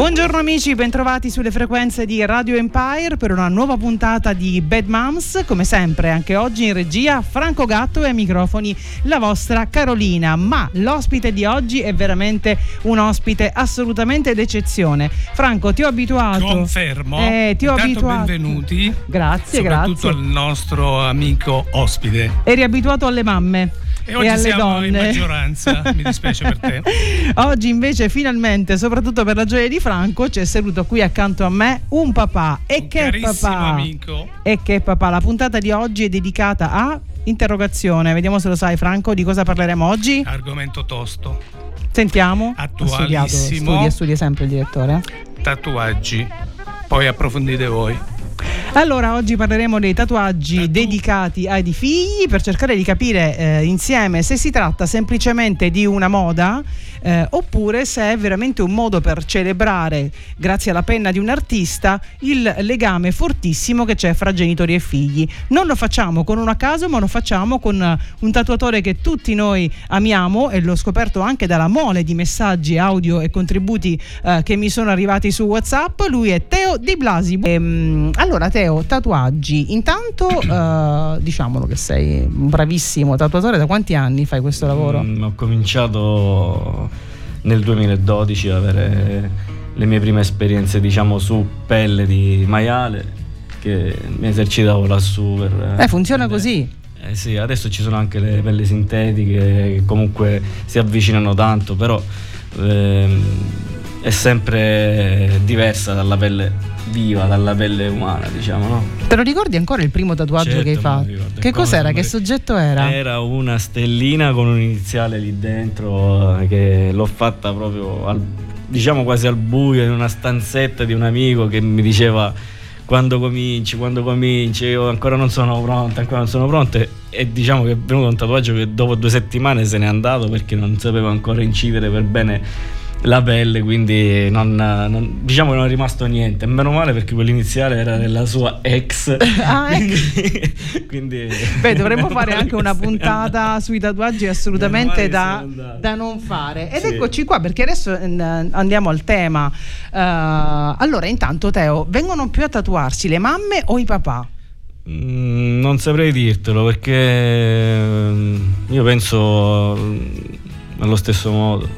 Buongiorno amici, bentrovati sulle frequenze di Radio Empire per una nuova puntata di Bad Moms. Come sempre, anche oggi in regia Franco Gatto e ai microfoni la vostra Carolina. Ma l'ospite di oggi è veramente un ospite assolutamente d'eccezione. Franco, ti ho abituato. Confermo. Ti ho abituato. Benvenuti. Grazie, soprattutto al nostro amico ospite. Eri abituato alle mamme. E oggi alle siamo donne in maggioranza, mi dispiace per te. Oggi invece finalmente, soprattutto per la gioia di Franco, c'è seduto qui accanto a me un papà. E un che papà? Amico. E che papà? La puntata di oggi è dedicata a interrogazione. Vediamo se lo sai, Franco, di cosa parleremo oggi. Argomento tosto. Sentiamo. Attualissimo. Studia sempre il direttore. Tatuaggi. Poi approfondite voi. Allora, oggi parleremo dei tatuaggi dedicati ai figli, per cercare di capire insieme se si tratta semplicemente di una moda oppure se è veramente un modo per celebrare, grazie alla penna di un artista, il legame fortissimo che c'è fra genitori e figli. Non lo facciamo con uno a caso, ma lo facciamo con un tatuatore che tutti noi amiamo, e l'ho scoperto anche dalla mole di messaggi audio e contributi che mi sono arrivati su WhatsApp. Lui è Teo Di Blasi. Allora Teo, tatuaggi, intanto diciamolo che sei un bravissimo tatuatore. Da quanti anni fai questo lavoro? Ho cominciato nel 2012 ad avere le mie prime esperienze, diciamo, su pelle di maiale, che mi esercitavo lassù per, funziona così? Sì, adesso ci sono anche le pelle sintetiche che comunque si avvicinano tanto, però è sempre diversa dalla pelle viva, dalla pelle umana, diciamo, no? Te lo ricordi ancora il primo tatuaggio che hai fatto? Che cos'era? Che soggetto era? Era una stellina con un iniziale lì dentro, che l'ho fatta proprio diciamo quasi al buio, in una stanzetta di un amico che mi diceva: quando cominci, io ancora non sono pronto, e diciamo che è venuto un tatuaggio che dopo 2 settimane se n'è andato perché non sapevo ancora incidere per bene la pelle, quindi diciamo che non è rimasto niente. Meno male, perché quell'iniziale era della sua ex. Quindi dovremmo fare anche una puntata sui tatuaggi, assolutamente da non fare. Ed eccoci qua, perché adesso andiamo al tema. Allora, intanto Teo, vengono più a tatuarsi le mamme o i papà? Non saprei dirtelo, perché io penso allo stesso modo,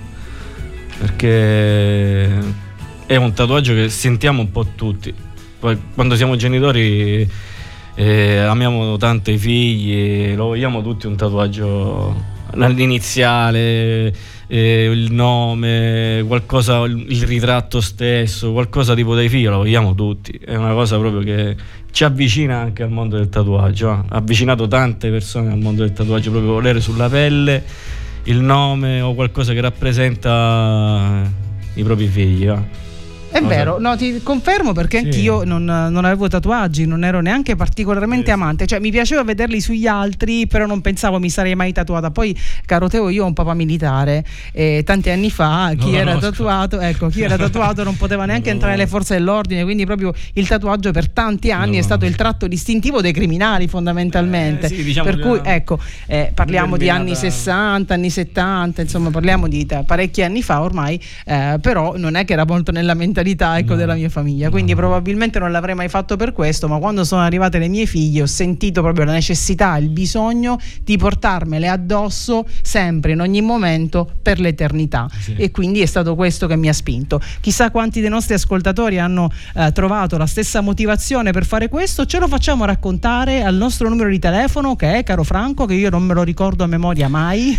perché è un tatuaggio che sentiamo un po' tutti. Poi quando siamo genitori amiamo tanto i figli, lo vogliamo tutti un tatuaggio, l'iniziale, il nome, qualcosa, il ritratto stesso, qualcosa tipo dei figli, lo vogliamo tutti. È una cosa proprio che ci avvicina anche al mondo del tatuaggio, ha avvicinato tante persone al mondo del tatuaggio, proprio volere sulla pelle il nome o qualcosa che rappresenta i propri figli. È vero, no, ti confermo, perché anch'io non avevo tatuaggi, non ero neanche particolarmente amante, cioè mi piaceva vederli sugli altri, però non pensavo mi sarei mai tatuata. Poi, caro Teo, io ho un papà militare e tanti anni fa chi era tatuato non poteva neanche entrare nelle forze dell'ordine, quindi proprio il tatuaggio per tanti anni è stato il tratto distintivo dei criminali, fondamentalmente. Diciamo, per cui parliamo di anni 60, anni 70, insomma parliamo di parecchi anni fa ormai, però non è che era molto nella mentalità della mia famiglia, quindi probabilmente non l'avrei mai fatto per questo. Ma quando sono arrivate le mie figlie ho sentito proprio la necessità, il bisogno di portarmele addosso sempre, in ogni momento, per l'eternità, e quindi è stato questo che mi ha spinto. Chissà quanti dei nostri ascoltatori hanno trovato la stessa motivazione per fare questo. Ce lo facciamo raccontare al nostro numero di telefono, che è, caro Franco, che io non me lo ricordo a memoria mai,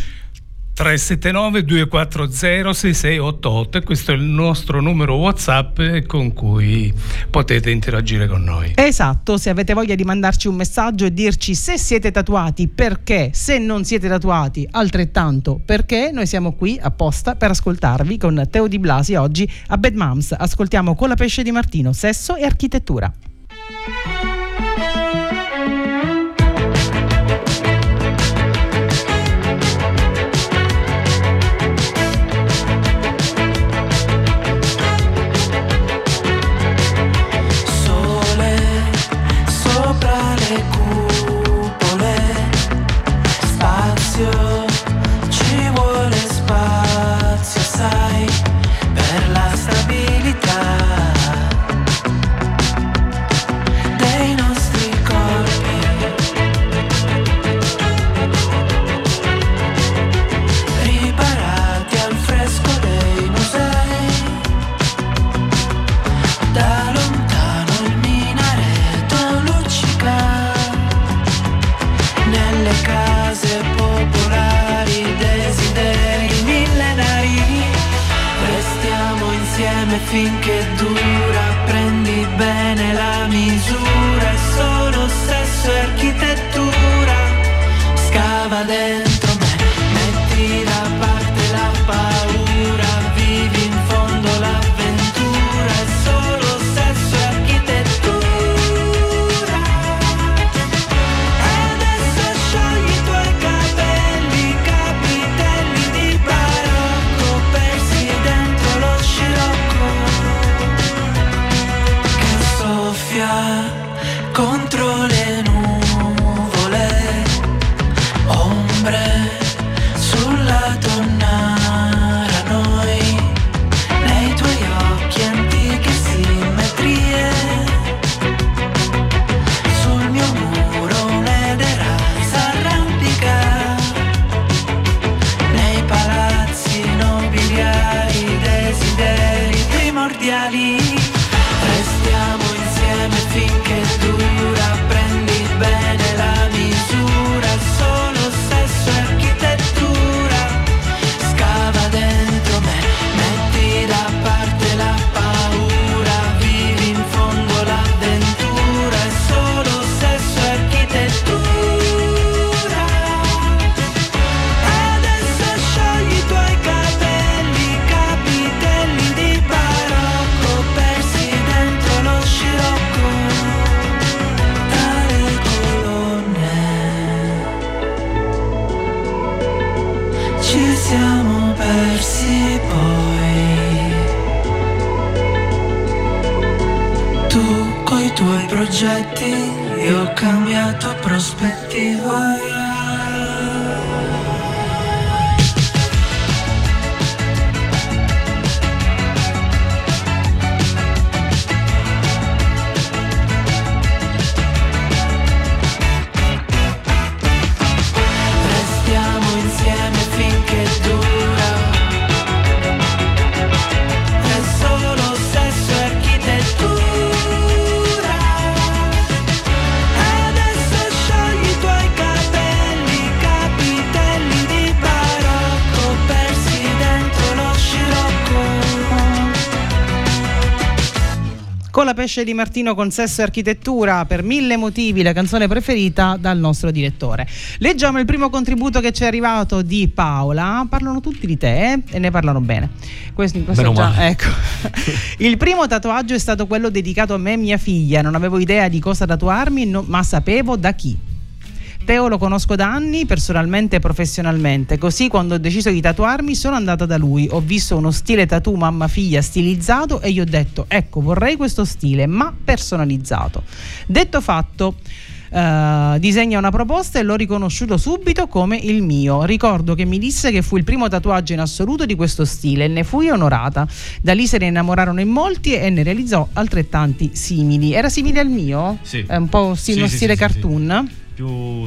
379-240-6688, e questo è il nostro numero WhatsApp con cui potete interagire con noi. Esatto, se avete voglia di mandarci un messaggio e dirci se siete tatuati, perché, se non siete tatuati altrettanto perché, noi siamo qui apposta per ascoltarvi con Teo Di Blasi. Oggi a Bad Moms ascoltiamo Colapesce di Martino, Sesso e Architettura. Ci vuole spazio, sai, per la stabilità. piazze popolari, desideri millenari. Restiamo insieme finché dura, prendi bene la misura, è solo sesso e architettura. Scava dentro me, metti da parte la paura, vivi in fondo l'avventura, è solo sesso e architettura. Adesso sciogli i tuoi capelli, capitelli di barocco, persi dentro lo scirocco che soffia contro le nuvole, ombre sulla tonnara, noi nei tuoi occhi antiche simmetrie, sul mio muro un'edera s'arrampica, nei palazzi nobiliari, desideri primordiali. Restiamo insieme finché dura, prendi bene la misura, solo sesso e architettura. Scava dentro me, metti da parte la paura, vivi in fondo l'avventura, è solo sesso e architettura. Adesso sciogli i tuoi capelli, capitelli di barocco, persi dentro lo scirocco dalle colonne. Ci siamo persi poi, tu coi tuoi progetti, io ho cambiato prospettiva. Restiamo insieme finché dura, è solo sesso e architettura. Adesso sciogli i tuoi capelli, capitelli di barocco, persi dentro lo scirocco. Colapesce di Martino con Sesso e Architettura, per 1000 motivi la canzone preferita dal nostro direttore. Leggiamo il primo contributo che ci è arrivato di Paola. Parlano tutti di te e ne parlano bene. Questo già, ecco. Il primo tatuaggio è stato quello dedicato a me e mia figlia. Non avevo idea di cosa tatuarmi, ma sapevo da chi. Teo lo conosco da anni, personalmente e professionalmente, così quando ho deciso di tatuarmi sono andata da lui, ho visto uno stile tattoo mamma-figlia stilizzato e gli ho detto ecco vorrei questo stile ma personalizzato. Detto fatto, disegna una proposta e l'ho riconosciuto subito come il mio. Ricordo che mi disse che fu il primo tatuaggio in assoluto di questo stile e ne fui onorata. Da lì se ne innamorarono in molti e ne realizzò altrettanti simili. Era simile al mio? Sì. È un po' uno stile cartoon? Sì. Più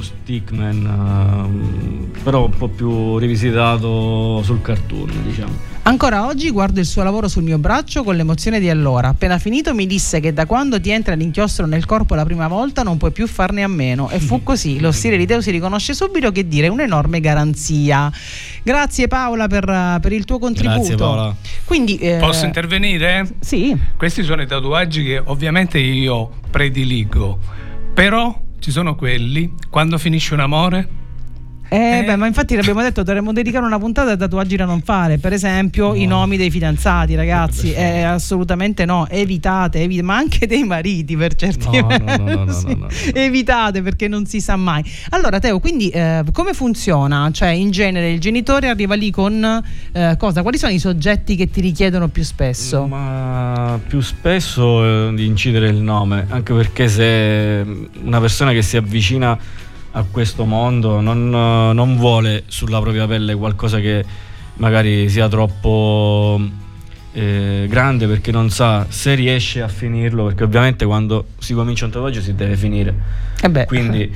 stickman, però un po' più rivisitato sul cartoon, diciamo. Ancora oggi guardo il suo lavoro sul mio braccio con l'emozione di allora. Appena finito mi disse che da quando ti entra l'inchiostro nel corpo la prima volta non puoi più farne a meno. E fu così. Lo stile di Teo si riconosce subito, che dire, un'enorme garanzia. Grazie Paola per il tuo contributo. Grazie Paola. Quindi, posso intervenire? Sì. Questi sono i tatuaggi che ovviamente io prediligo, però ci sono quelli quando finisce un amore. Beh, ma infatti l'abbiamo detto, dovremmo dedicare una puntata a tatuaggi da non fare, per esempio i nomi dei fidanzati, ragazzi, assolutamente no, evitate, ma anche dei mariti per certi versi. No. Evitate, perché non si sa mai. Allora Teo, quindi come funziona? Cioè in genere il genitore arriva lì con cosa? Quali sono i soggetti che ti richiedono più spesso? Ma più spesso di incidere il nome, anche perché se una persona che si avvicina a questo mondo non vuole sulla propria pelle qualcosa che magari sia troppo grande, perché non sa se riesce a finirlo, perché ovviamente quando si comincia un tatuaggio si deve finire. Quindi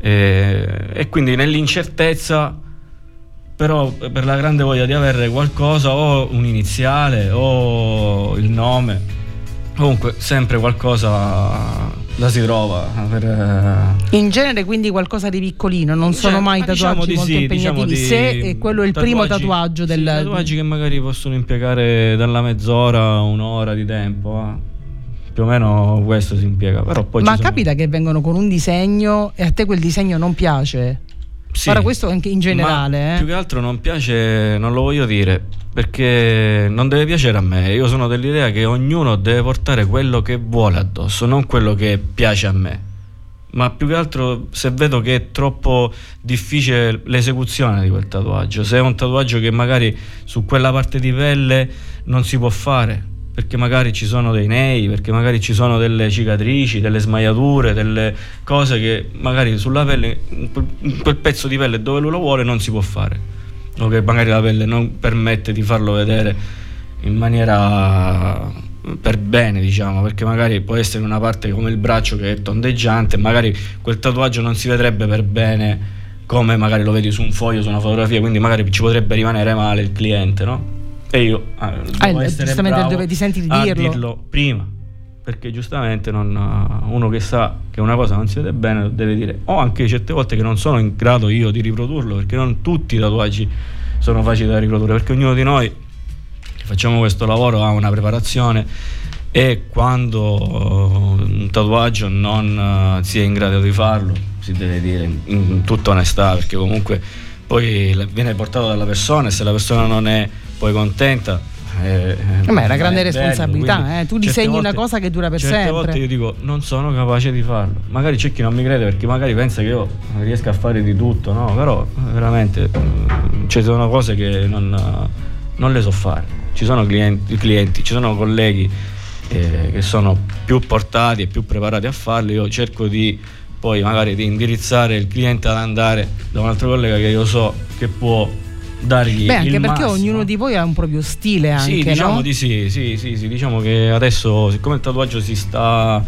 e quindi nell'incertezza, però per la grande voglia di avere qualcosa, o un iniziale o il nome, comunque sempre qualcosa la si trova in genere, quindi qualcosa di piccolino, non sono mai tatuaggi diciamo molto impegnativi, se quello è il primo tatuaggio del... tatuaggi che magari possono impiegare dalla mezz'ora a un'ora di tempo, più o meno questo si impiega. Però poi ma capita che vengono con un disegno e a te quel disegno non piace? Sì, ora questo anche in generale, più che altro non piace, non lo voglio dire, perché non deve piacere a me. Io sono dell'idea che ognuno deve portare quello che vuole addosso, non quello che piace a me. Ma più che altro se vedo che è troppo difficile l'esecuzione di quel tatuaggio, se è un tatuaggio che magari su quella parte di pelle non si può fare, perché magari ci sono dei nei, perché magari ci sono delle cicatrici, delle smagliature, delle cose che magari sulla pelle, in quel pezzo di pelle dove lui lo vuole, non si può fare, o che magari la pelle non permette di farlo vedere in maniera per bene, diciamo, perché magari può essere una parte come il braccio che è tondeggiante, magari quel tatuaggio non si vedrebbe per bene come magari lo vedi su un foglio, su una fotografia, quindi magari ci potrebbe rimanere male il cliente, no? E io devo essere giustamente bravo dove ti senti di a dirlo prima, perché giustamente uno che sa che una cosa non si vede bene lo deve dire, o anche certe volte che non sono in grado io di riprodurlo, perché non tutti i tatuaggi sono facili da riprodurre, perché ognuno di noi che facciamo questo lavoro ha una preparazione, e quando un tatuaggio non si è in grado di farlo si deve dire in tutta onestà, perché comunque poi viene portato dalla persona, e se la persona non è poi contenta, è una grande responsabilità, bello, tu disegni una cosa che dura per sempre. Certe volte io dico non sono capace di farlo, magari c'è chi non mi crede perché magari pensa che io riesca a fare di tutto, no? Però veramente ci sono cose che non le so fare. Ci sono clienti, ci sono colleghi che sono più portati e più preparati a farlo. Io cerco di poi magari di indirizzare il cliente ad andare da un altro collega che io so che può dargli anche il perché massimo. Ognuno di voi ha un proprio stile anche, sì, diciamo no? di sì, diciamo che adesso, siccome il tatuaggio si sta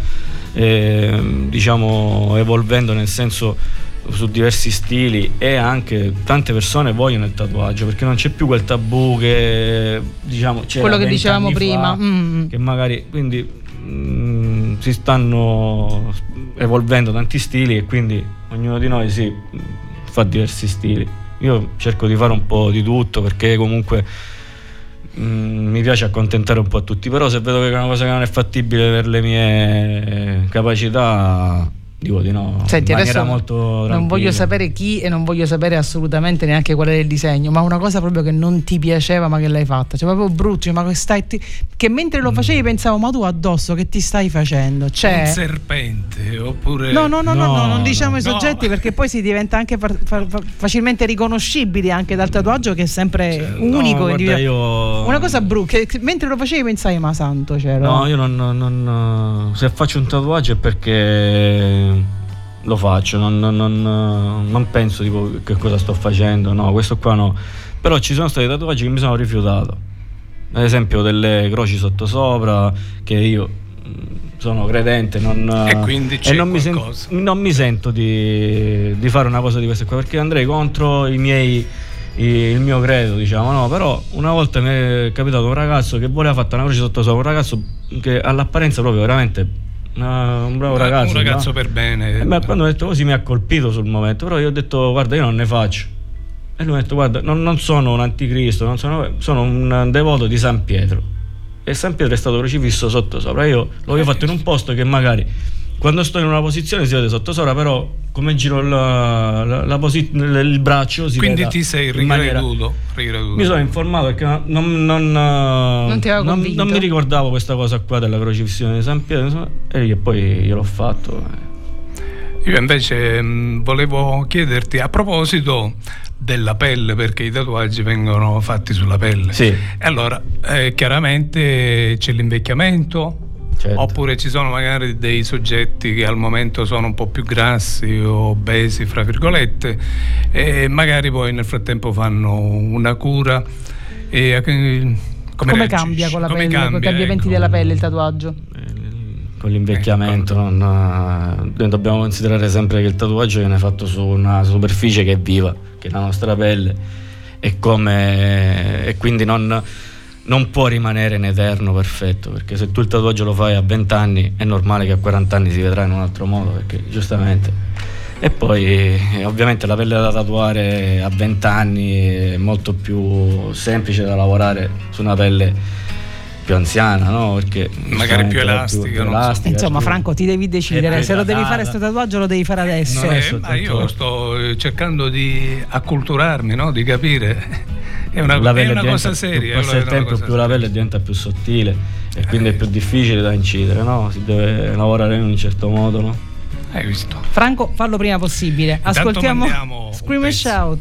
diciamo evolvendo, nel senso su diversi stili, e anche tante persone vogliono il tatuaggio, perché non c'è più quel tabù che diciamo c'era quello che 20 dicevamo anni prima fa, che magari quindi si stanno evolvendo tanti stili, e quindi ognuno di noi fa diversi stili. Io cerco di fare un po' di tutto, perché comunque mi piace accontentare un po' a tutti, però se vedo che è una cosa che non è fattibile per le mie capacità dico di no. Senti, in maniera adesso molto non tranquilla. voglio sapere chi, e non voglio sapere assolutamente neanche qual è il disegno, ma una cosa proprio che non ti piaceva ma che l'hai fatta, cioè proprio brutto, ma che mentre lo facevi pensavo, ma tu addosso che ti stai facendo? Cioè un serpente, oppure no, non diciamo i no. soggetti, perché poi si diventa anche facilmente riconoscibili anche dal tatuaggio, che è sempre unico, guarda, io... una cosa brutta, che mentre lo facevi pensavi, ma santo cielo. No, io non se faccio un tatuaggio è perché lo faccio, non penso tipo che cosa sto facendo, no, questo qua no. Però ci sono stati tatuaggi che mi sono rifiutato, ad esempio delle croci sottosopra, che io sono credente, e quindi c'è non mi sento di fare una cosa di questa qua, perché andrei contro il mio credo, diciamo, no. Però una volta mi è capitato un ragazzo che voleva fare una croce sottosopra, un ragazzo che all'apparenza proprio veramente un bravo ragazzo, un ragazzo, no? Per bene. Ma quando ho detto così mi ha colpito sul momento, però io ho detto guarda, io non ne faccio, e lui ha detto guarda, non sono un anticristo, sono un devoto di San Pietro, e San Pietro è stato crocifisso sottosopra. Io l'avevo fatto in un posto che magari quando sto in una posizione si vede sottosopra, però come giro il braccio si vede. Quindi ti sei ricreduto. Mi sono informato, perché non mi ricordavo questa cosa qua della crocifissione di San Pietro, e poi gliel'ho fatto. Io invece volevo chiederti, a proposito della pelle, perché i tatuaggi vengono fatti sulla pelle, sì. E allora chiaramente c'è l'invecchiamento. Certo. Oppure ci sono magari dei soggetti che al momento sono un po' più grassi o obesi, fra virgolette, e magari poi nel frattempo fanno una cura. E come cambia con la pelle, con i cambiamenti della pelle il tatuaggio? Con l'invecchiamento dobbiamo considerare sempre che il tatuaggio viene fatto su una superficie che è viva, che è la nostra pelle, e quindi non può rimanere in eterno perfetto, perché se tu il tatuaggio lo fai a 20 anni è normale che a 40 anni si vedrà in un altro modo, perché giustamente. E poi ovviamente la pelle da tatuare a 20 anni è molto più semplice da lavorare su una pelle più anziana, no? Perché magari più elastica, insomma, Franco, ti devi decidere se lo devi fare questo tatuaggio, lo devi fare adesso. Ma io sto cercando di acculturarmi, no? Di capire. È una cosa seria. Più passa il tempo, più la pelle diventa più sottile e quindi è più difficile da incidere, no? Si deve lavorare in un certo modo, no? Hai visto? Franco, fallo prima possibile. Ascoltiamo Scream and Shout.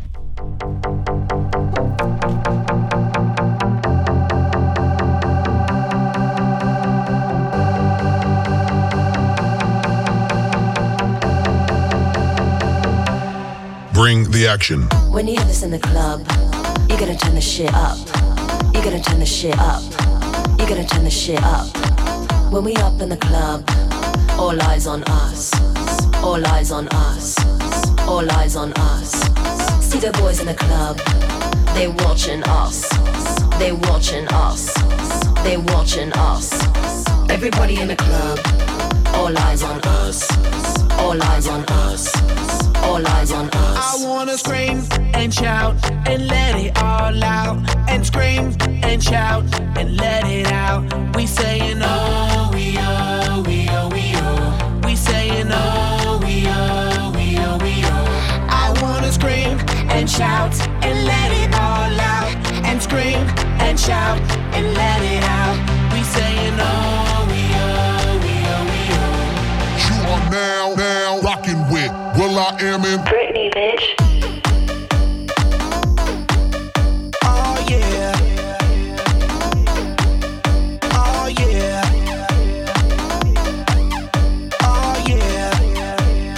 Bring the action. When you hear this in the club, you gotta turn the shit up. You gotta turn the shit up. You gotta turn the shit up. When we up in the club, all eyes on us. All eyes on us. All eyes on us. See the boys in the club, they watching us. They watching us. They watching us. Everybody in the club, all eyes on us. All eyes on us. All eyes on us. I wanna scream and shout and let it all out. And scream and shout and let it out. We saying oh, we oh, we oh, we oh. We saying oh, we oh, we oh, we oh. I wanna scream and shout and let it all out. And scream and shout and let it out. We saying oh, we oh, we oh, we oh. You are now rocking with will.i.am in Britney, bitch. Oh yeah. Oh yeah. Oh yeah.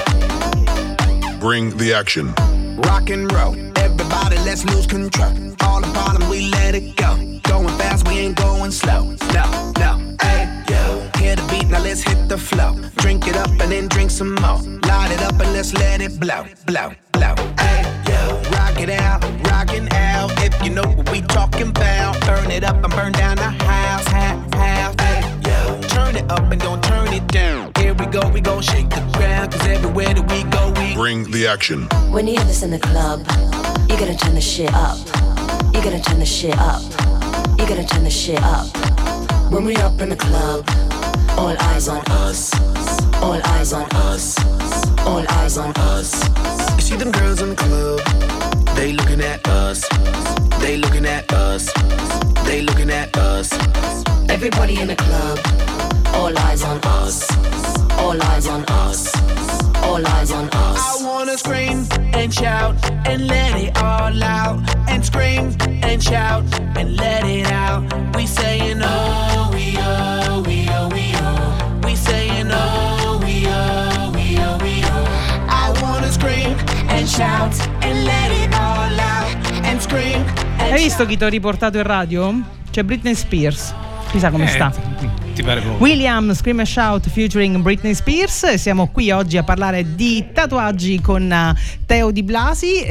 Bring the action. Rock and roll, everybody let's lose control. All the bottom we let it go. Going fast, we ain't going slow. No, no, hey, yo. Hear the beat, now let's hit the flow. Drink it up and then drink some more. Light it up and let's let it blow, blow, blow. Hey, yo. Rock it out, rockin' out. If you know what we talking about. Burn it up and burn down the house, house. Hey, yo. Turn it up and don't turn it down. Here we go shake the ground. Cause everywhere that we go, we bring the action. When you hear this in the club, you gotta turn the shit up. You gotta turn the shit up. You gotta turn the shit up. When we up in the club, all eyes on us. All eyes on us. All eyes on us. You see them girls in the club, they looking at us. They looking at us. They looking at us. Everybody in the club, all eyes on us. All eyes on us. All eyes on us. I wanna scream and shout and let it all out. And scream and shout and let it out. We saying oh, we oh, we oh, we oh. We saying oh, we oh, we oh, we oh. I wanna scream and shout and let it all out. And scream and Hai visto chi ti ho riportato in radio? C'è Britney Spears. Chissà come sta. Ti pare Will.i.am, Scream and Shout featuring Britney Spears. Siamo qui oggi a parlare di tatuaggi con Teo Di Blasi.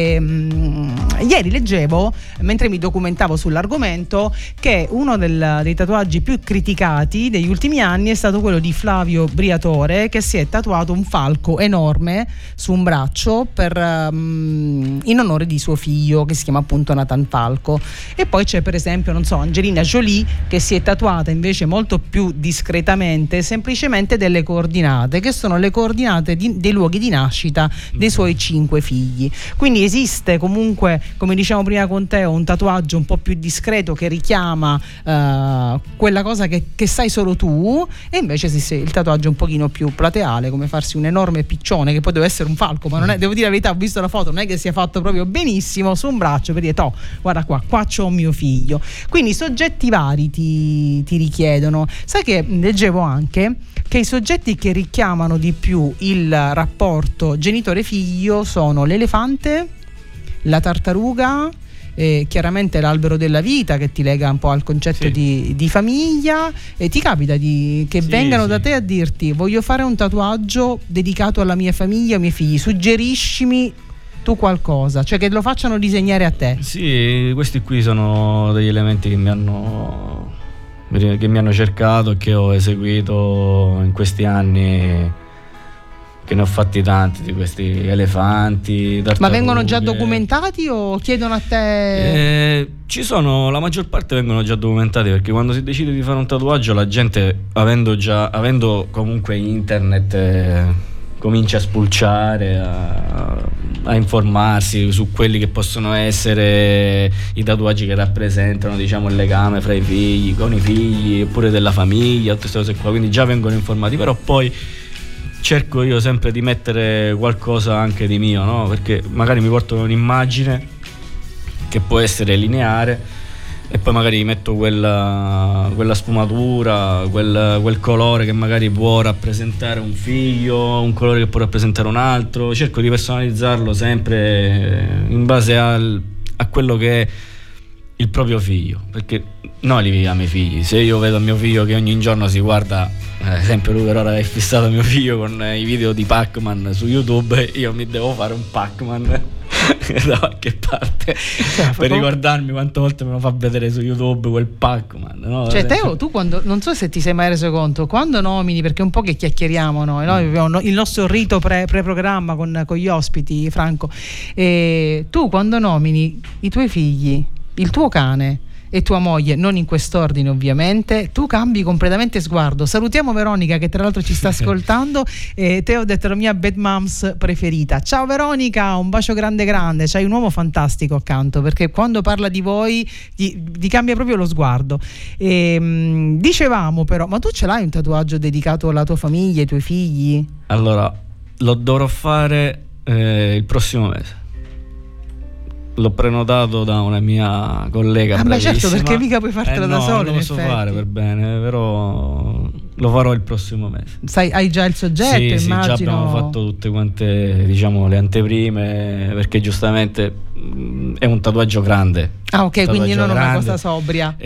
Ieri leggevo, mentre mi documentavo sull'argomento, che uno dei tatuaggi più criticati degli ultimi anni è stato quello di Flavio Briatore, che si è tatuato un falco enorme su un braccio in onore di suo figlio, che si chiama appunto Nathan Falco. E poi c'è per esempio, non so, Angelina Jolie, che si è tatuata invece molto più discretamente semplicemente delle coordinate, che sono le coordinate dei luoghi di nascita dei suoi 5 figli. Quindi esiste comunque, come diciamo prima con Teo, un tatuaggio un po' più discreto che richiama quella cosa che sai solo tu, e invece esiste il tatuaggio un pochino più plateale, come farsi un enorme piccione, che poi deve essere un falco, ma non è, devo dire la verità, ho visto la foto, non è che sia fatto proprio benissimo, su un braccio, per dire toh, guarda qua c'ho mio figlio. Quindi soggetti vari ti richiedono. Sai che leggevo anche che i soggetti che richiamano di più il rapporto genitore-figlio sono l'elefante, la tartaruga, chiaramente l'albero della vita, che ti lega un po' al concetto di famiglia. E ti capita che vengano da te a dirti: voglio fare un tatuaggio dedicato alla mia famiglia, ai miei figli, suggeriscimi tu qualcosa, cioè che lo facciano disegnare a te. Sì, questi qui sono degli elementi che mi hanno cercato e che ho eseguito in questi anni, che ne ho fatti tanti di questi elefanti. Ma vengono già documentati o chiedono a te? Ci sono, la maggior parte vengono già documentati, perché quando si decide di fare un tatuaggio la gente, avendo comunque internet, comincia a spulciare, a informarsi su quelli che possono essere i tatuaggi che rappresentano, diciamo, il legame fra i figli, con i figli, oppure della famiglia, tutte queste cose qua, quindi già vengono informati. Però poi cerco io sempre di mettere qualcosa anche di mio, no? Perché magari mi porto un'immagine che può essere lineare e poi magari metto quella sfumatura, quel colore che magari può rappresentare un figlio, un colore che può rappresentare un altro. Cerco di personalizzarlo sempre in base a quello che è il proprio figlio, perché noi li viviamo i figli. Se io vedo mio figlio che ogni giorno si guarda, ad esempio lui per ora è fissato mio figlio con i video di Pac-Man su YouTube, io mi devo fare un Pac-Man da qualche parte per ricordarmi quante volte me lo fa vedere su YouTube quel Pac-Man, no? Cioè Teo, tu quando, non so se ti sei mai reso conto, quando nomini, perché è un po' che chiacchieriamo noi abbiamo il nostro rito pre-programma con gli ospiti, Franco, tu quando nomini i tuoi figli, il tuo cane e tua moglie, non in quest'ordine ovviamente, tu cambi completamente sguardo. Salutiamo Veronica che tra l'altro ci sta ascoltando. Teo ha detto la mia bad moms preferita. Ciao Veronica, un bacio grande grande, c'hai un uomo fantastico accanto, perché quando parla di voi ti cambia proprio lo sguardo. Dicevamo però, ma tu ce l'hai un tatuaggio dedicato alla tua famiglia, ai tuoi figli? Allora, lo dovrò fare il prossimo mese. L'ho prenotato da una mia collega. Beh, certo, perché mica puoi fartelo da solo. Non lo posso fare per bene, però lo farò il prossimo mese. Hai già il soggetto? Sì, immagino. Sì, già abbiamo fatto tutte quante, diciamo, le anteprime, perché giustamente è un tatuaggio grande. Ah, ok, quindi non grande, una cosa sobria.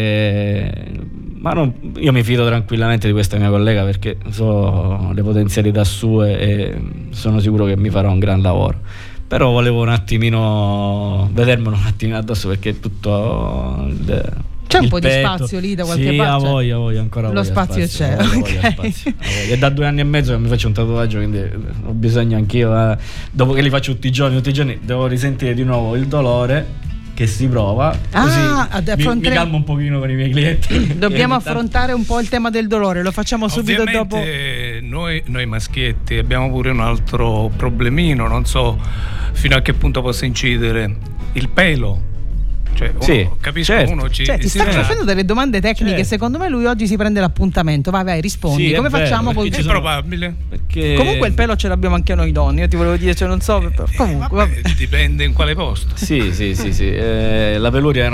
Ma io mi fido tranquillamente di questa mia collega, perché so le potenzialità sue e sono sicuro che mi farà un gran lavoro. Però volevo un attimino vedermelo un attimino addosso, perché è tutto c'è un po' di spazio lì da qualche parte? Sì, a voglia ancora. Lo spazio c'è, ok. È da 2 anni e mezzo che mi faccio un tatuaggio, quindi ho bisogno anch'io, dopo che li faccio tutti i giorni devo risentire di nuovo il dolore che si prova, così mi calmo un pochino con i miei clienti. Dobbiamo affrontare un po' il tema del dolore, lo facciamo subito dopo. Noi maschietti abbiamo pure un altro problemino, non so fino a che punto possa incidere il pelo. Cioè, capisco, certo. Uno ti sta facendo delle domande tecniche, certo. Secondo me lui oggi si prende l'appuntamento. Vai, rispondi. Come facciamo? È probabile. Perché comunque il pelo ce l'abbiamo anche noi donne. Io ti volevo dire, non so. Comunque dipende in quale posto. Sì. La peluria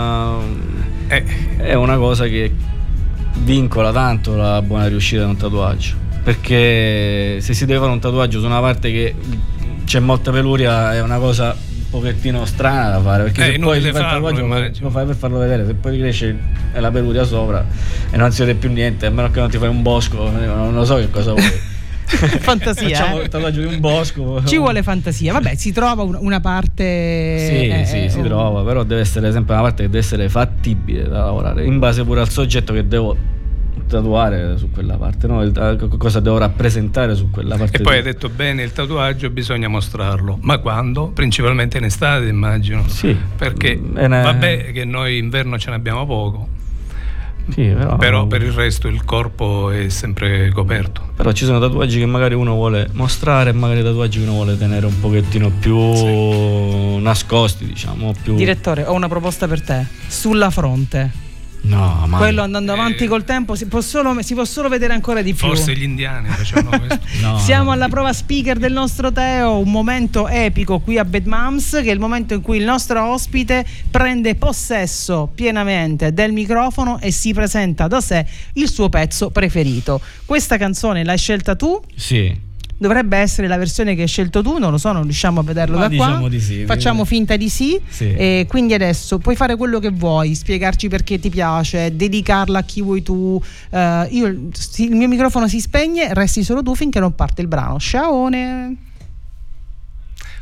è una cosa che vincola tanto la buona riuscita di un tatuaggio. Perché se si deve fare un tatuaggio su una parte che c'è molta peluria, è una cosa un pochettino strana da fare, perché se poi si fa il tatuaggio lo fai per farlo vedere, se poi cresce la peluria sopra e non si vede più niente, a meno che non ti fai un bosco, non lo so che cosa vuoi. Fantasia. Facciamo il tatuaggio di un bosco. Ci vuole fantasia. Vabbè, si trova una parte. Sì, si trova, però deve essere sempre una parte che deve essere fattibile da lavorare, in base pure al soggetto che devo tatuare su quella parte, no? Cosa devo rappresentare su quella parte. E poi hai detto bene, il tatuaggio bisogna mostrarlo, ma quando? Principalmente in estate, immagino. Sì. Perché vabbè che noi inverno ce ne abbiamo poco. Sì, però per il resto il corpo è sempre coperto. Però ci sono tatuaggi che magari uno vuole mostrare e magari tatuaggi che uno vuole tenere un pochettino più nascosti, diciamo, più. Direttore, ho una proposta per te. Sulla fronte. No, ma quello andando avanti col tempo si può solo vedere ancora di più. Forse gli indiani facevano questo. No, siamo alla prova speaker del nostro Teo, un momento epico qui a Bad Moms, che è il momento in cui il nostro ospite prende possesso pienamente del microfono e si presenta da sé il suo pezzo preferito. Questa canzone l'hai scelta tu? Sì. Dovrebbe essere la versione che hai scelto tu, non lo so, non riusciamo a vederlo da diciamo qua. Di sì, facciamo finta di sì. E quindi adesso puoi fare quello che vuoi, spiegarci perché ti piace, dedicarla a chi vuoi tu. Il mio microfono si spegne, resti solo tu finché non parte il brano. Ciaone.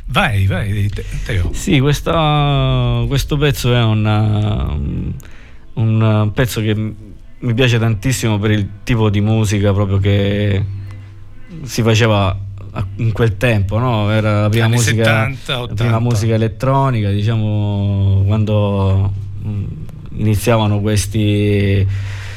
Vai, Teo. Sì, questo pezzo è un pezzo che mi piace tantissimo per il tipo di musica proprio che si faceva in quel tempo, no? Era la prima musica 70, 80. La prima musica elettronica, diciamo, quando iniziavano questi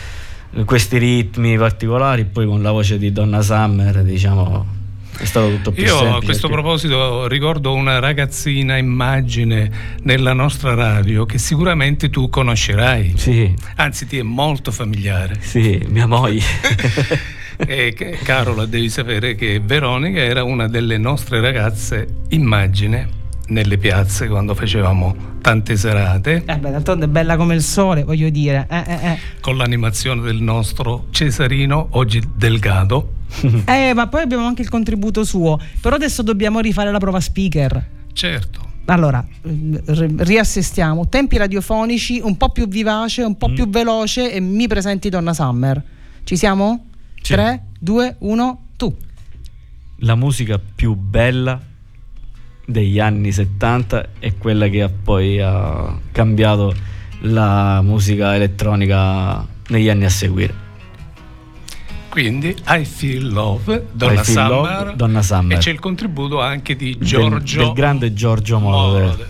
ritmi particolari, poi con la voce di Donna Summer, diciamo, è stato tutto più semplice. Io a questo proposito ricordo una ragazzina immagine nella nostra radio che sicuramente tu conoscerai. Sì. Anzi, ti è molto familiare. Sì, mia moglie. E Carola, devi sapere che Veronica era una delle nostre ragazze immagine nelle piazze quando facevamo tante serate. D'altronde è bella come il sole, voglio dire. Con l'animazione del nostro Cesarino, oggi Delgado. Ma poi abbiamo anche il contributo suo. Però adesso dobbiamo rifare la prova speaker. Certo. Allora, riassestiamo. Tempi radiofonici, un po' più vivace, un po' più veloce, e mi presenti Donna Summer. Ci siamo? Sì. 3, 2, 1, tu. La musica più bella degli anni 70 è quella che poi ha cambiato la musica elettronica negli anni a seguire. Quindi I Feel Love, Donna Summer. E c'è il contributo anche di Giorgio del grande Giorgio Moroder.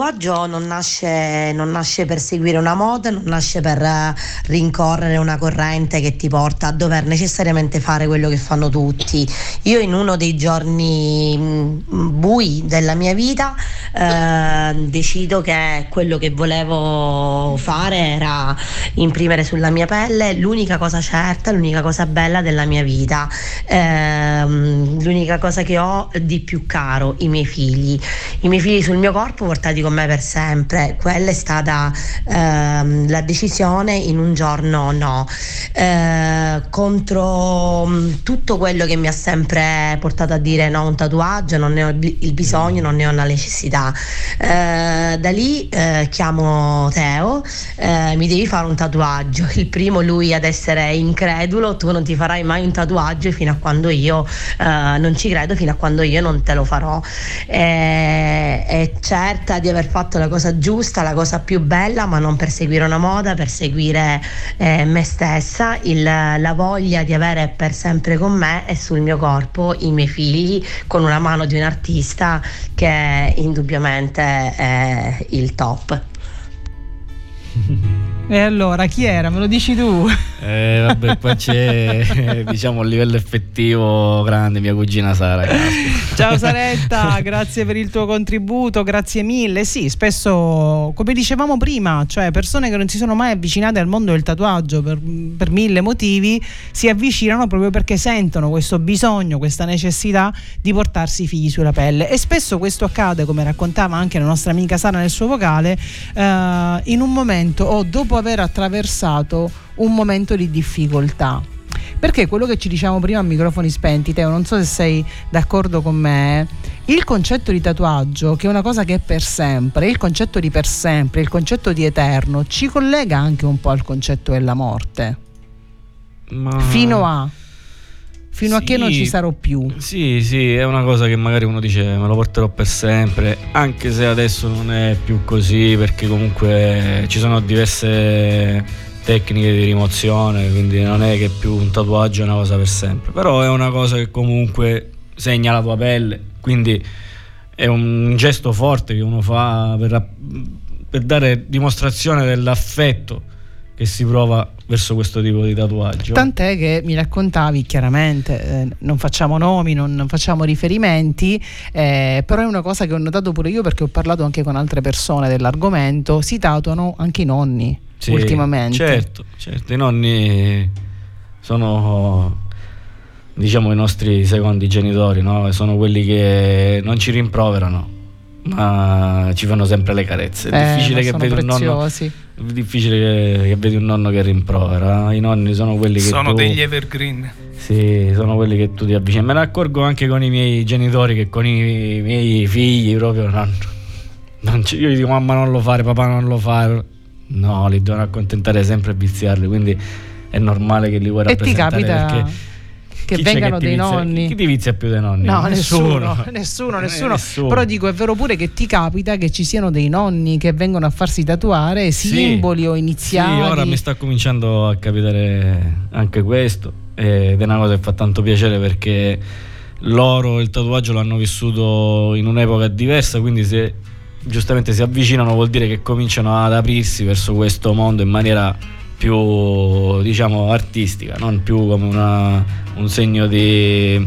tatuaggio non nasce per seguire una moda, non nasce per rincorrere una corrente che ti porta a dover necessariamente fare quello che fanno tutti. Io in uno dei giorni bui della mia vita decido che quello che volevo fare era imprimere sulla mia pelle l'unica cosa certa, l'unica cosa bella della mia vita, l'unica cosa che ho di più caro, i miei figli sul mio corpo portati con me per sempre. Quella è stata la decisione in un giorno no, contro tutto quello che mi ha sempre portato a dire no, un tatuaggio non ne ho il bisogno, non ne ho la necessità. Da lì chiamo Teo, mi devi fare un tatuaggio. Il primo lui ad essere incredulo: tu non ti farai mai un tatuaggio fino a quando io non ci credo, fino a quando io non te lo farò. È certa di aver fatto la cosa giusta, la cosa più bella, ma non per seguire una moda, per seguire me stessa. La voglia di avere per sempre con me e sul mio corpo i miei figli, con una mano di un artista che indubbiamente è il top. E allora chi era? Me lo dici tu? Vabbè, qua c'è diciamo a livello effettivo grande mia cugina Sara. Ciao Saretta, grazie per il tuo contributo, grazie mille. Sì, spesso, come dicevamo prima, cioè persone che non si sono mai avvicinate al mondo del tatuaggio per mille motivi si avvicinano proprio perché sentono questo bisogno, questa necessità di portarsi i figli sulla pelle, e spesso questo accade, come raccontava anche la nostra amica Sara nel suo vocale, in un momento o dopo aver attraversato un momento di difficoltà. Perché quello che ci diciamo prima a microfoni spenti, Teo, non so se sei d'accordo con me, il concetto di tatuaggio, che è una cosa che è per sempre, il concetto di per sempre, il concetto di eterno, ci collega anche un po' al concetto della morte. Ma... fino a che non ci sarò più. Sì, è una cosa che magari uno dice me lo porterò per sempre, anche se adesso non è più così, perché comunque ci sono diverse tecniche di rimozione, quindi non è che più un tatuaggio è una cosa per sempre, però è una cosa che comunque segna la tua pelle, quindi è un gesto forte che uno fa per dare dimostrazione dell'affetto che si prova verso questo tipo di tatuaggio. Tant'è che mi raccontavi, chiaramente non facciamo nomi, non facciamo riferimenti, però è una cosa che ho notato pure io, perché ho parlato anche con altre persone dell'argomento, si tatuano anche i nonni. Sì, ultimamente. Certo, i nonni sono, diciamo, i nostri secondi genitori, no? Sono quelli che non ci rimproverano, ma ci fanno sempre le carezze. È difficile che vedi un nonno, difficile che vedi un nonno che rimprovera. I nonni sono quelli che sono degli evergreen. Sì, sono quelli che tu ti avvicini. Me ne accorgo anche con i miei genitori, che con i miei figli proprio io gli dico mamma non lo fare, papà non lo fare. No, li devono accontentare sempre e viziarli, quindi è normale che li vuoi rappresentare. E ti capita che vengano dei nonni? Chi ti vizia più dei nonni? No, nessuno. Però dico, è vero pure che ti capita che ci siano dei nonni che vengono a farsi tatuare simboli o iniziali. Sì, ora mi sta cominciando a capitare anche questo, ed è una cosa che fa tanto piacere, perché loro il tatuaggio l'hanno vissuto in un'epoca diversa, quindi se giustamente si avvicinano vuol dire che cominciano ad aprirsi verso questo mondo in maniera più, diciamo, artistica, non più come un segno di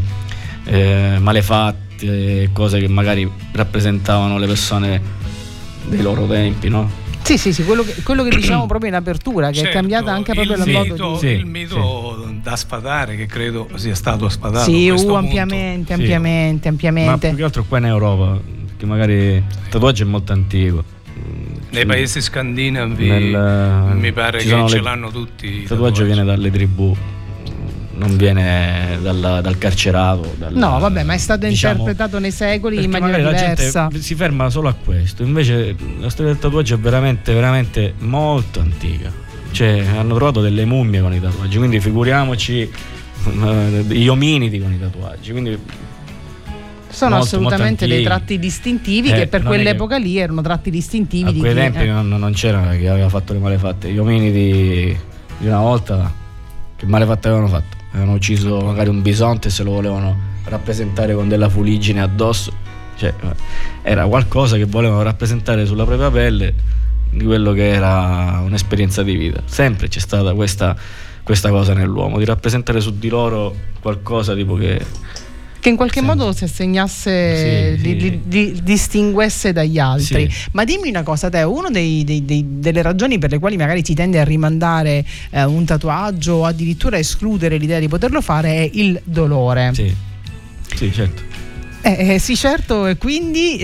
malefatte, cose che magari rappresentavano le persone dei loro tempi, no? Sì, quello che diciamo proprio in apertura, che è cambiata anche proprio la modo di... il mito da spadare, che credo sia stato spadato. Sì, ampiamente. Ma più che altro qua in Europa, che magari il tatuaggio è molto antico. Nei paesi scandinavi mi pare che ce l'hanno tutti. Il tatuaggio viene dalle tribù, non viene dal carcerato. No, vabbè, ma è stato interpretato nei secoli in maniera diversa. La gente si ferma solo a questo. Invece la storia del tatuaggio è veramente, veramente molto antica. Cioè, hanno trovato delle mummie con i tatuaggi, quindi figuriamoci gli ominidi con i tatuaggi. Quindi sono assolutamente dei tratti distintivi, che per quell'epoca lì erano tratti distintivi. A quei tempi non c'era che aveva fatto le malefatte. Gli ominidi di una volta, che malefatte avevano fatto? Avevano ucciso magari un bisonte e se lo volevano rappresentare con della fuliggine addosso, cioè era qualcosa che volevano rappresentare sulla propria pelle di quello che era un'esperienza di vita. Sempre c'è stata questa cosa nell'uomo, di rappresentare su di loro qualcosa tipo che in qualche modo si assegnasse, distinguesse dagli altri. Ma dimmi una cosa, Teo, una delle ragioni per le quali magari si tende a rimandare un tatuaggio o addirittura escludere l'idea di poterlo fare è il dolore. Sì, certo. Sì, certo, e quindi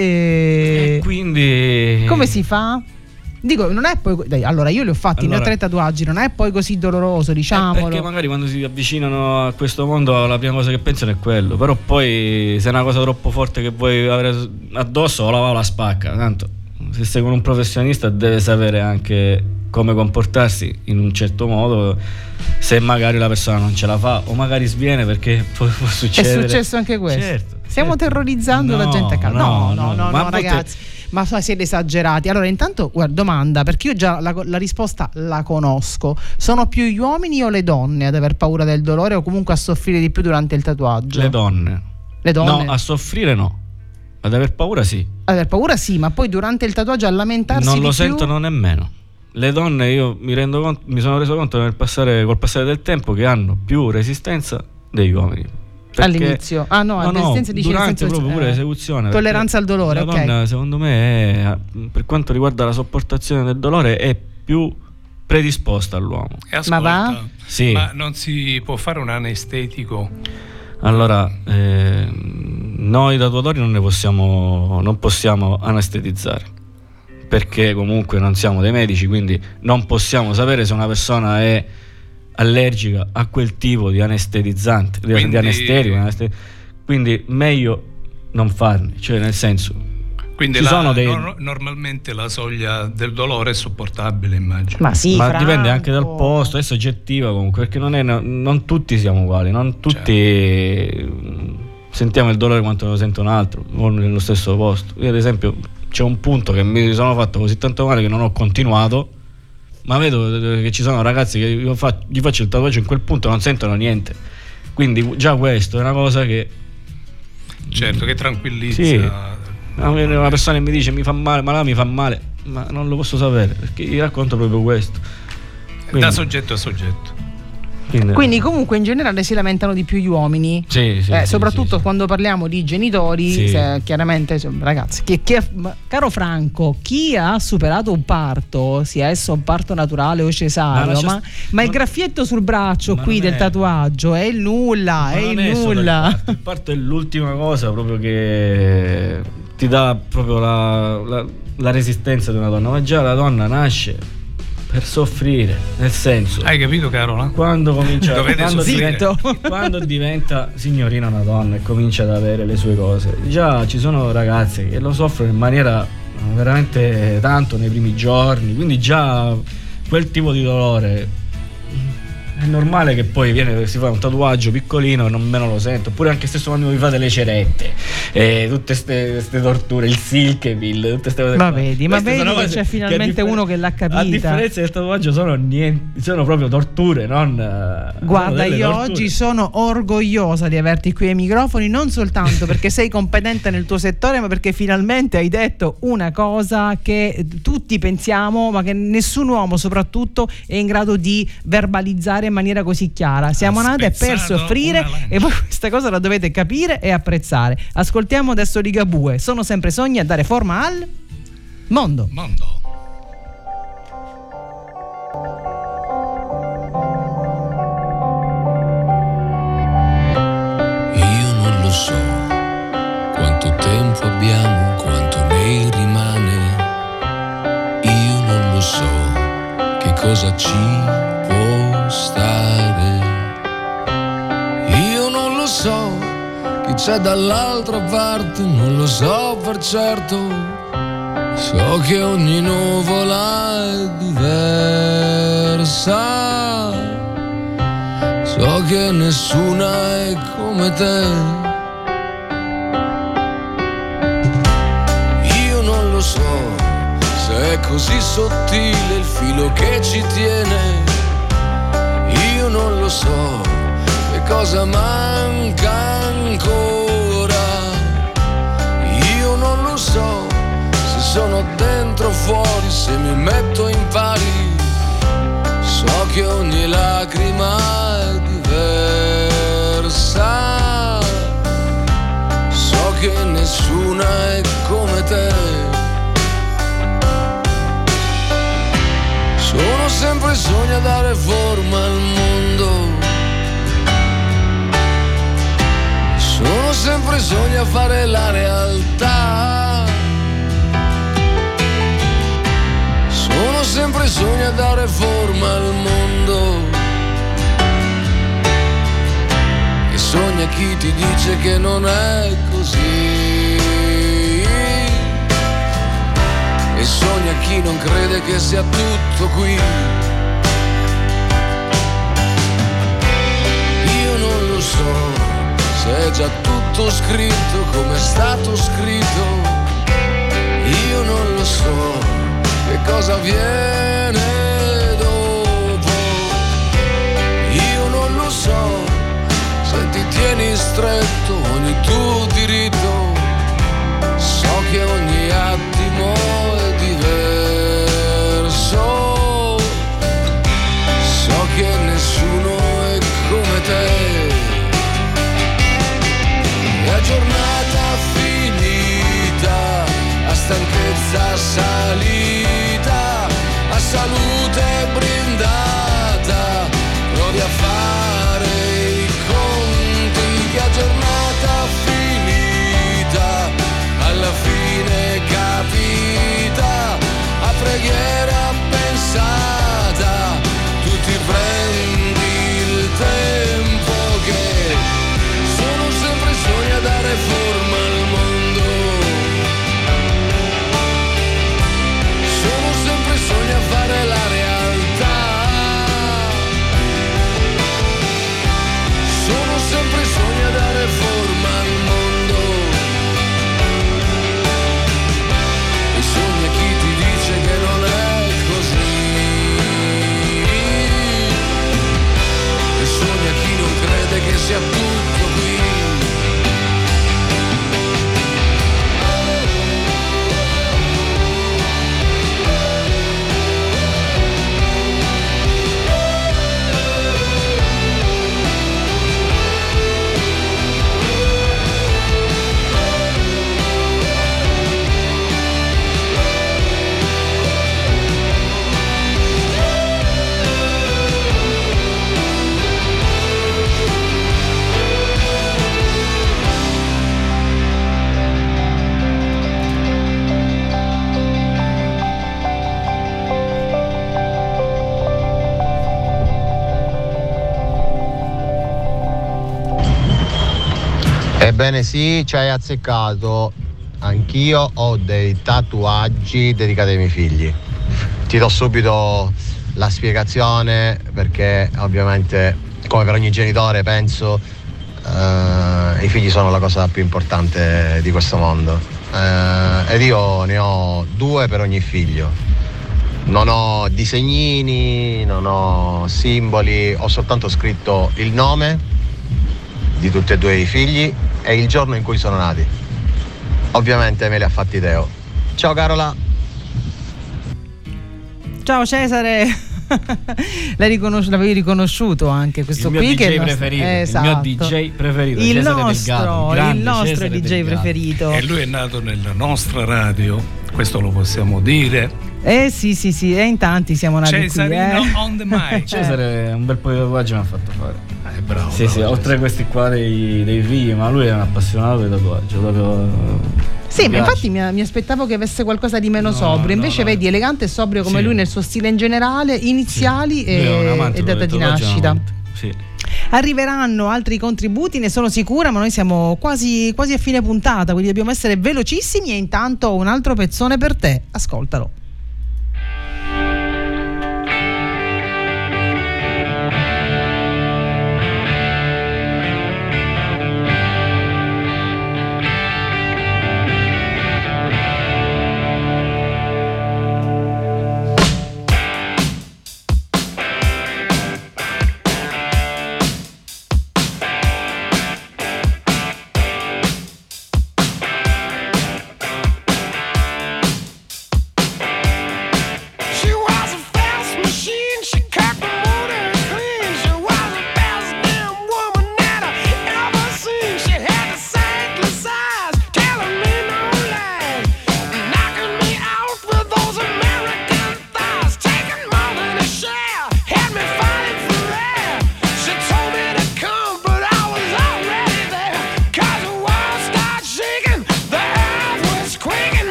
come si fa? Dico, non è poi. Allora, io li ho fatti, ne ho 3 tatuaggi, non è poi così doloroso, diciamolo. Perché magari quando si avvicinano a questo mondo la prima cosa che pensano è quello. Però poi se è una cosa troppo forte che vuoi avere addosso, o la va o la spacca. Tanto se sei con un professionista deve sapere anche come comportarsi in un certo modo, se magari la persona non ce la fa o magari sviene, perché può succedere. È successo anche questo. Certo. Stiamo terrorizzando la gente a casa. No, ragazzi. Ma siete esagerati. Allora, intanto, guarda, domanda, perché io già la risposta la conosco. Sono più gli uomini o le donne ad aver paura del dolore o comunque a soffrire di più durante il tatuaggio? Le donne. No, a soffrire no. Ad aver paura sì. Ad aver paura sì, ma poi durante il tatuaggio a lamentarsi non di lo più? sentono nemmeno. Le donne, io mi sono reso conto col passare del tempo che hanno più resistenza degli uomini. All'inizio? Resistenza dice durante proprio pure l'esecuzione. Tolleranza al dolore, la donna, secondo me, per quanto riguarda la sopportazione del dolore, è più predisposta all'uomo. E ascolta, ma sì. Ma non si può fare un anestetico? Allora, noi tatuatori non possiamo anestetizzare, perché comunque non siamo dei medici, quindi non possiamo sapere se una persona è allergica a quel tipo di anestetizzante, di anestetico, quindi meglio non farne, cioè nel senso, quindi normalmente la soglia del dolore è sopportabile, immagino. Ma sì, ma dipende anche dal posto, è soggettiva comunque, perché non tutti siamo uguali, non tutti sentiamo il dolore quanto lo sente un altro o nello stesso posto. Io ad esempio c'è un punto che mi sono fatto così tanto male che non ho continuato, ma vedo che ci sono ragazzi che gli faccio il tatuaggio in quel punto non sentono niente, quindi già questo è una cosa che che tranquillizza. Sì. Una persona che mi dice mi fa male, ma là mi fa male, ma non lo posso sapere perché gli racconto proprio questo. Quindi, da soggetto a soggetto. Quindi comunque in generale si lamentano di più gli uomini, soprattutto quando parliamo di genitori, chiaramente ragazzi, caro Franco, chi ha superato un parto, sia esso un parto naturale o cesareo, ma il graffietto sul braccio qui del tatuaggio è il nulla, il parto è l'ultima cosa proprio che ti dà proprio la resistenza di una donna, ma già la donna nasce per soffrire, nel senso, hai capito, Carola? Quando diventa signorina una donna e comincia ad avere le sue cose, già ci sono ragazze che lo soffrono in maniera veramente tanto nei primi giorni, quindi già quel tipo di dolore è normale che poi si fa un tatuaggio piccolino e non me lo sento, oppure anche stesso quando vi fate le cerette, tutte ste torture, il silkeville, tutte ste cose. Ma vedi che c'è finalmente uno che l'ha capita. A differenza del tatuaggio sono proprio torture, non guarda, io oggi sono orgogliosa di averti qui ai microfoni, non soltanto perché sei competente nel tuo settore, ma perché finalmente hai detto una cosa che tutti pensiamo, ma che nessun uomo soprattutto è in grado di verbalizzare in maniera così chiara. Siamo nate per soffrire e voi questa cosa la dovete capire e apprezzare. Ascoltiamo adesso Ligabue, sono sempre sogni a dare forma al mondo. Io non lo so quanto tempo abbiamo, quanto ne rimane. Io non lo so che cosa ci può stare. Io non lo so chi c'è dall'altra parte, non lo so per certo. So che ogni nuvola è diversa, so che nessuna è come te. Io non lo so se è così sottile il filo che ci tiene. Io non lo so che cosa manca ancora. Io metto in pari. So che ogni lacrima è diversa, so che nessuna è come te. Sono sempre sogni a dare forma al mondo, sono sempre sogni a fare la realtà, sono sempre sogni a dare forma al mondo. E sogna chi ti dice che non è così, e sogna chi non crede che sia tutto qui. Io non lo so se è già tutto scritto come è stato scritto, io non lo so che cosa viene dopo, io non lo so se ti tieni stretto ogni tuo diritto, so che ogni attimo è diverso, so che nessuno è come te. La giornata finita, a stanchezza salita, a salute brindata, provi a fare i conti, che a giornata finita, alla fine capita, a preghiera pensata, tu ti prendi il tempo che sono sempre sogni a dare forma al mondo, sono sempre sogni a fare la realtà, sono sempre sogni a dare forma al mondo. E sogna chi ti dice che non è così, e sogna chi non crede che sia tutto qui. Ebbene sì, ci hai azzeccato. Anch'io ho dei tatuaggi dedicati ai miei figli. Ti do subito la spiegazione, perché ovviamente, come per ogni genitore, penso i figli sono la cosa più importante di questo mondo. Ed io ne ho 2 per ogni figlio. Non ho disegnini, non ho simboli, ho soltanto scritto il nome di tutti e 2 i figli e il giorno in cui sono nati. Ovviamente me li ha fatti Teo. Ciao Carola. Ciao Cesare. L'avevi riconosciuto anche questo il qui, mio che DJ preferito, esatto. il mio DJ preferito, il Cesare nostro, Delgado, il nostro Cesare DJ Delgado. preferito. E lui è nato nella nostra radio, questo lo possiamo dire. Sì, e in tanti siamo nati Cesarino qui. on the mic. Cesare un bel po' di tatuaggi mi ha fatto fare. Bravo. Sì, oltre a questi qua dei figli, ma lui è un appassionato di tatuaggio, proprio. Sì, ma infatti mi aspettavo che avesse qualcosa di meno sobrio, invece vedi, elegante e sobrio come lui nel suo stile in generale, iniziali e data di nascita. Sì. Arriveranno altri contributi, ne sono sicura, ma noi siamo quasi a fine puntata, quindi dobbiamo essere velocissimi. E intanto un altro pezzone per te, ascoltalo.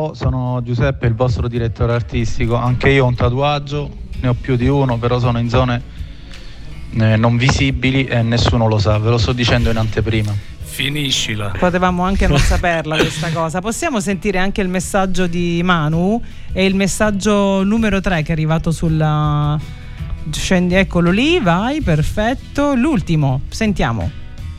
Ciao, sono Giuseppe, il vostro direttore artistico. Anche io ho un tatuaggio, ne ho più di uno, però sono in zone non visibili e nessuno lo sa, ve lo sto dicendo in anteprima. Finiscila. Potevamo anche non saperla questa cosa. Possiamo sentire anche il messaggio di Manu e il messaggio numero 3 che è arrivato sulla... Scendi, eccolo lì, vai, perfetto. L'ultimo, sentiamo.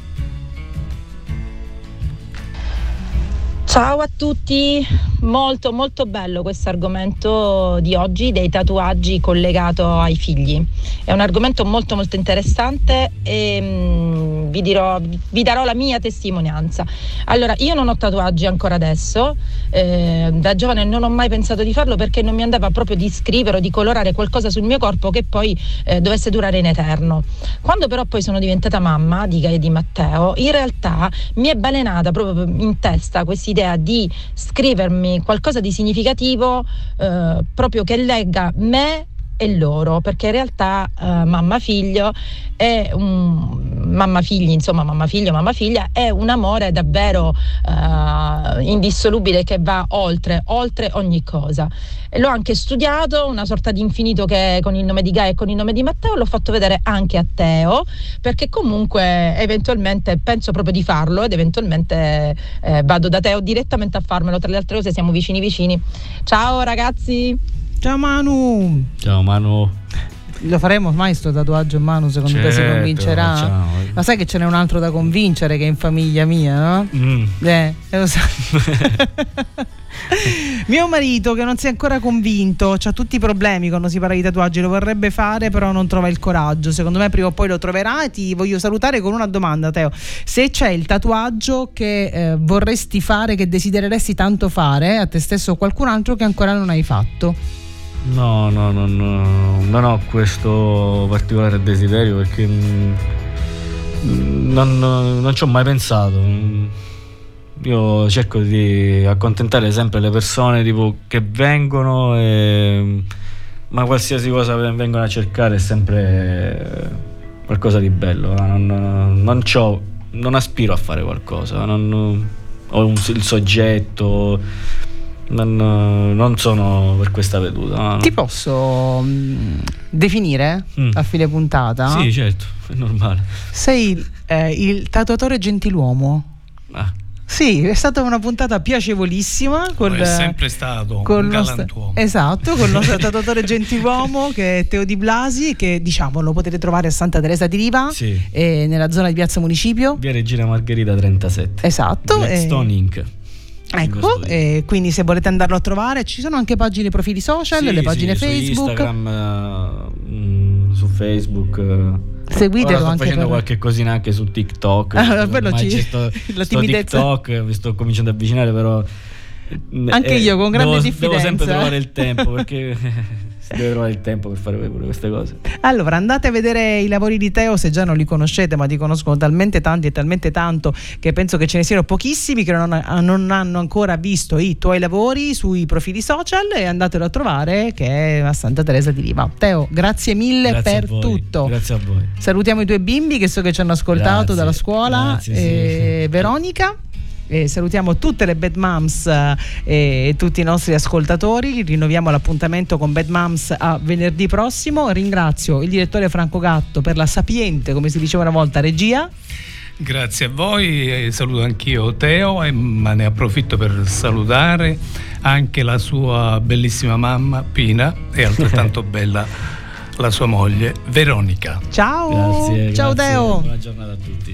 Ciao a tutti, molto molto bello questo argomento di oggi dei tatuaggi collegato ai figli. È un argomento molto molto interessante e vi darò la mia testimonianza. Allora, io non ho tatuaggi ancora adesso, da giovane non ho mai pensato di farlo perché non mi andava proprio di scrivere o di colorare qualcosa sul mio corpo che poi dovesse durare in eterno. Quando però poi sono diventata mamma di Gaia e di Matteo, in realtà mi è balenata proprio in testa quest'idea di scrivermi qualcosa di significativo, proprio che legga me e loro, perché in realtà mamma figlio è mamma figlia è un amore davvero indissolubile che va oltre ogni cosa. E l'ho anche studiato, una sorta di infinito che con il nome di Gaia e con il nome di Matteo l'ho fatto vedere anche a Teo, perché comunque eventualmente penso proprio di farlo ed eventualmente vado da Teo direttamente a farmelo. Tra le altre cose siamo vicini. Ciao ragazzi. Ciao Manu. Ciao Manu. Lo faremo mai sto tatuaggio, Manu? Secondo te si convincerà? Facciamo. Ma sai che ce n'è un altro da convincere che è in famiglia mia, no? Lo so. Mio marito, che non si è ancora convinto, c'ha tutti i problemi quando si parla di tatuaggi, lo vorrebbe fare però non trova il coraggio. Secondo me prima o poi lo troverà. E ti voglio salutare con una domanda, Teo: se c'è il tatuaggio che vorresti fare, che desidereresti tanto fare a te stesso o qualcun altro che ancora non hai fatto? No, non ho questo particolare desiderio perché non ci ho mai pensato. Io cerco di accontentare sempre le persone tipo che vengono, ma qualsiasi cosa vengono a cercare è sempre qualcosa di bello. Non aspiro a fare qualcosa, ho il soggetto. Non sono per questa veduta. No. Ti posso definire a fine puntata? Sì, certo, è normale. Sei il tatuatore gentiluomo. Sì, è stata una puntata piacevolissima. È sempre stato un galantuomo. Esatto, con il nostro tatuatore gentiluomo che è Teo Di Blasi, che diciamo lo potete trovare a Santa Teresa di Riva, sì, nella zona di Piazza Municipio, via Regina Margherita 37. Esatto. Blackstone Inc. Ecco, e quindi se volete andarlo a trovare ci sono anche pagine, profili social, le pagine Facebook, su Instagram, su Facebook. Seguitelo. Ora sto anche facendo qualche cosina anche su TikTok. La timidezza. TikTok mi sto cominciando ad avvicinare, però anche io con grande diffidenza. Devo sempre trovare il tempo perché si deve trovare il tempo per fare pure queste cose. Allora andate a vedere i lavori di Teo se già non li conoscete, ma ti conoscono talmente tanti e talmente tanto che penso che ce ne siano pochissimi che non hanno ancora visto i tuoi lavori sui profili social, e andatelo a trovare, che è a Santa Teresa di Riva. Teo, grazie mille per tutto. Grazie a voi. Salutiamo i tuoi bimbi che so che ci hanno ascoltato dalla scuola. Grazie, Veronica. E salutiamo tutte le Bad Moms e tutti i nostri ascoltatori. Rinnoviamo l'appuntamento con Bad Moms a venerdì prossimo. Ringrazio il direttore Franco Gatto per la sapiente, come si diceva una volta, regia. Grazie a voi, saluto anch'io Teo, ma ne approfitto per salutare anche la sua bellissima mamma Pina e altrettanto bella la sua moglie Veronica. Ciao. Ciao Teo. Buona giornata a tutti.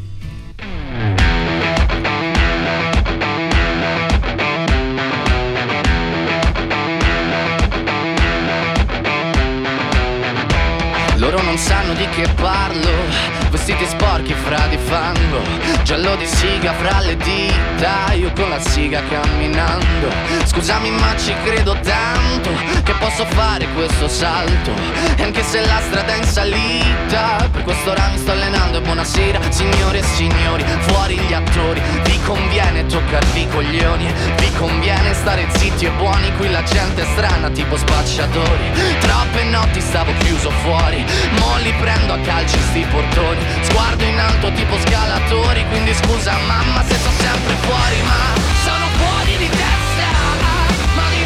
Loro non sanno di che parlo, vestiti sporchi fra di fango, giallo di siga fra le dita, io con la siga camminando. Scusami ma ci credo tanto che posso fare questo salto, e anche se la strada è in salita, per quest'ora mi sto allenando. E buonasera signore e signori, fuori gli attori, vi conviene toccarvi i coglioni, vi conviene stare zitti e buoni, qui la gente è strana tipo spacciatori. Troppe notti stavo chiuso fuori, mo li prendo a calci sti portoni, sguardo in alto tipo scalatori, quindi scusa mamma se sto sempre fuori, ma sono fuori di testa, ma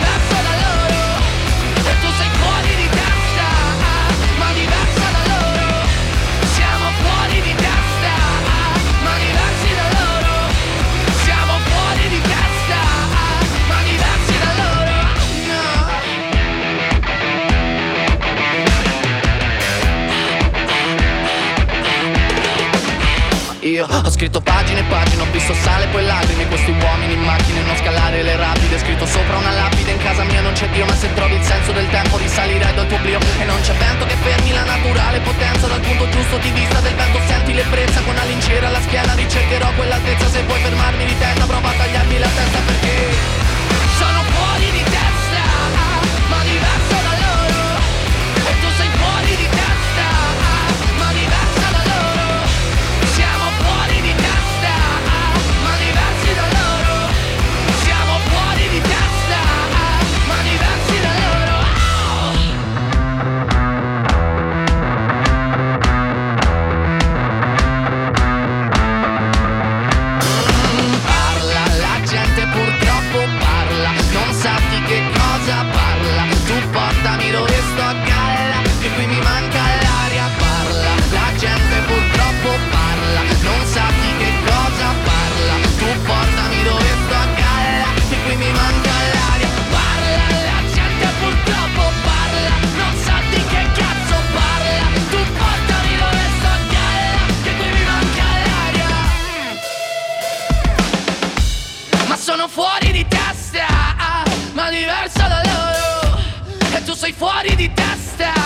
io ho scritto pagine e pagine, ho visto sale poi lacrime, questi uomini in macchine, non scalare le rapide. Scritto sopra una lapide, in casa mia non c'è Dio, ma se trovi il senso del tempo risalirai dal tuo oblio. E non c'è vento che fermi la naturale potenza, dal punto giusto di vista del vento senti l'ebbrezza. Con una lincera alla schiena ricercherò quell'altezza, se vuoi fermarmi di testa prova a tagliarmi la testa, perché sono fuori di testa, ma diverso da loro. E tu sei fuori di testa, ma diversa da loro. Siamo fuori di testa, ma diversi da loro. Siamo fuori di testa, ma diversi da loro. Parla, la gente purtroppo parla, non sa di che cosa parla. Tu portami dove sto a galla, che qui mi manca l'aria. Parla, la gente purtroppo parla, non sa di che cosa parla. Tu portami dove sto a galla, che qui mi manca l'aria. Parla, la gente purtroppo parla, non sa di che cazzo parla. Tu portami dove sto a galla, che qui mi manca l'aria. Ma sono fuori di testa, ma diversa da loro. E tu sei fuori di testa,